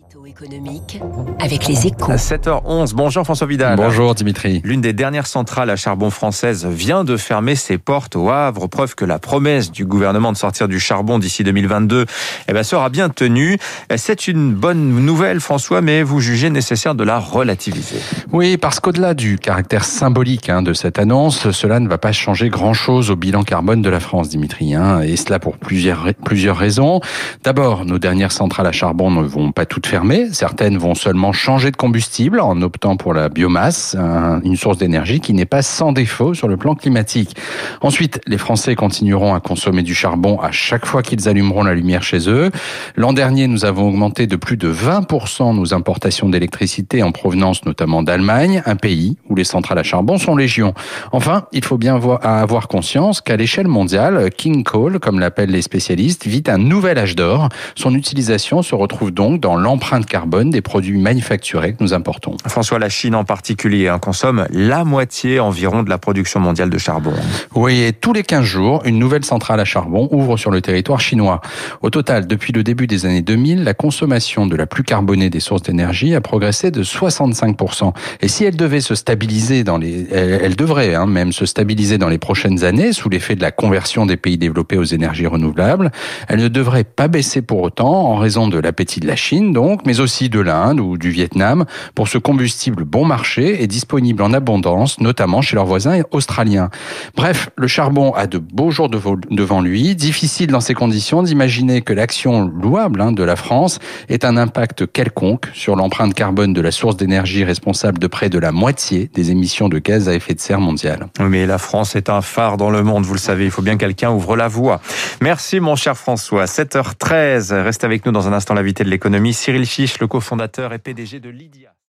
L'édito économique avec les Échos. 7h11. Bonjour François Vidal. Bonjour Dimitri. L'une des dernières centrales à charbon françaises vient de fermer ses portes au Havre. Preuve que la promesse du gouvernement de sortir du charbon d'ici 2022 sera bien tenue. C'est une bonne nouvelle François, mais vous jugez nécessaire de la relativiser. Oui, parce qu'au-delà du caractère symbolique de cette annonce, cela ne va pas changer grand-chose au bilan carbone de la France, Dimitri. Et cela pour plusieurs raisons. D'abord, nos dernières centrales à charbon ne vont pas toutes fermer. Certaines vont seulement changer de combustible en optant pour la biomasse, une source d'énergie qui n'est pas sans défaut sur le plan climatique. Ensuite, les Français continueront à consommer du charbon à chaque fois qu'ils allumeront la lumière chez eux. L'an dernier, nous avons augmenté de plus de 20% nos importations d'électricité en provenance notamment d'Allemagne, un pays où les centrales à charbon sont légion. Enfin, il faut bien avoir conscience qu'à l'échelle mondiale, King Coal, comme l'appellent les spécialistes, vit un nouvel âge d'or. Son utilisation se retrouve donc dans l'empreinte carbone des produits manufacturés que nous importons. François, la Chine en particulier consomme la moitié environ de la production mondiale de charbon. Oui, et tous les 15 jours, une nouvelle centrale à charbon ouvre sur le territoire chinois. Au total, depuis le début des années 2000, la consommation de la plus carbonée des sources d'énergie a progressé de 65%. Et si elle devait se stabiliser elle devrait même se stabiliser dans les prochaines années sous l'effet de la conversion des pays développés aux énergies renouvelables, elle ne devrait pas baisser pour autant en raison de l'appétit de la Chine donc, mais aussi de l'Inde ou du Vietnam pour ce combustible bon marché et disponible en abondance, notamment chez leurs voisins australiens. Bref, le charbon a de beaux jours devant lui. Difficile dans ces conditions d'imaginer que l'action louable de la France ait un impact quelconque sur l'empreinte carbone de la source d'énergie responsable de près de la moitié des émissions de gaz à effet de serre mondiales. Mais la France est un phare dans le monde, vous le savez, il faut bien que quelqu'un ouvre la voie. Merci mon cher François. 7h13, reste avec nous dans un instant l'invité de l'économie, Cyril Chiche, le cofondateur et PDG de Lydia.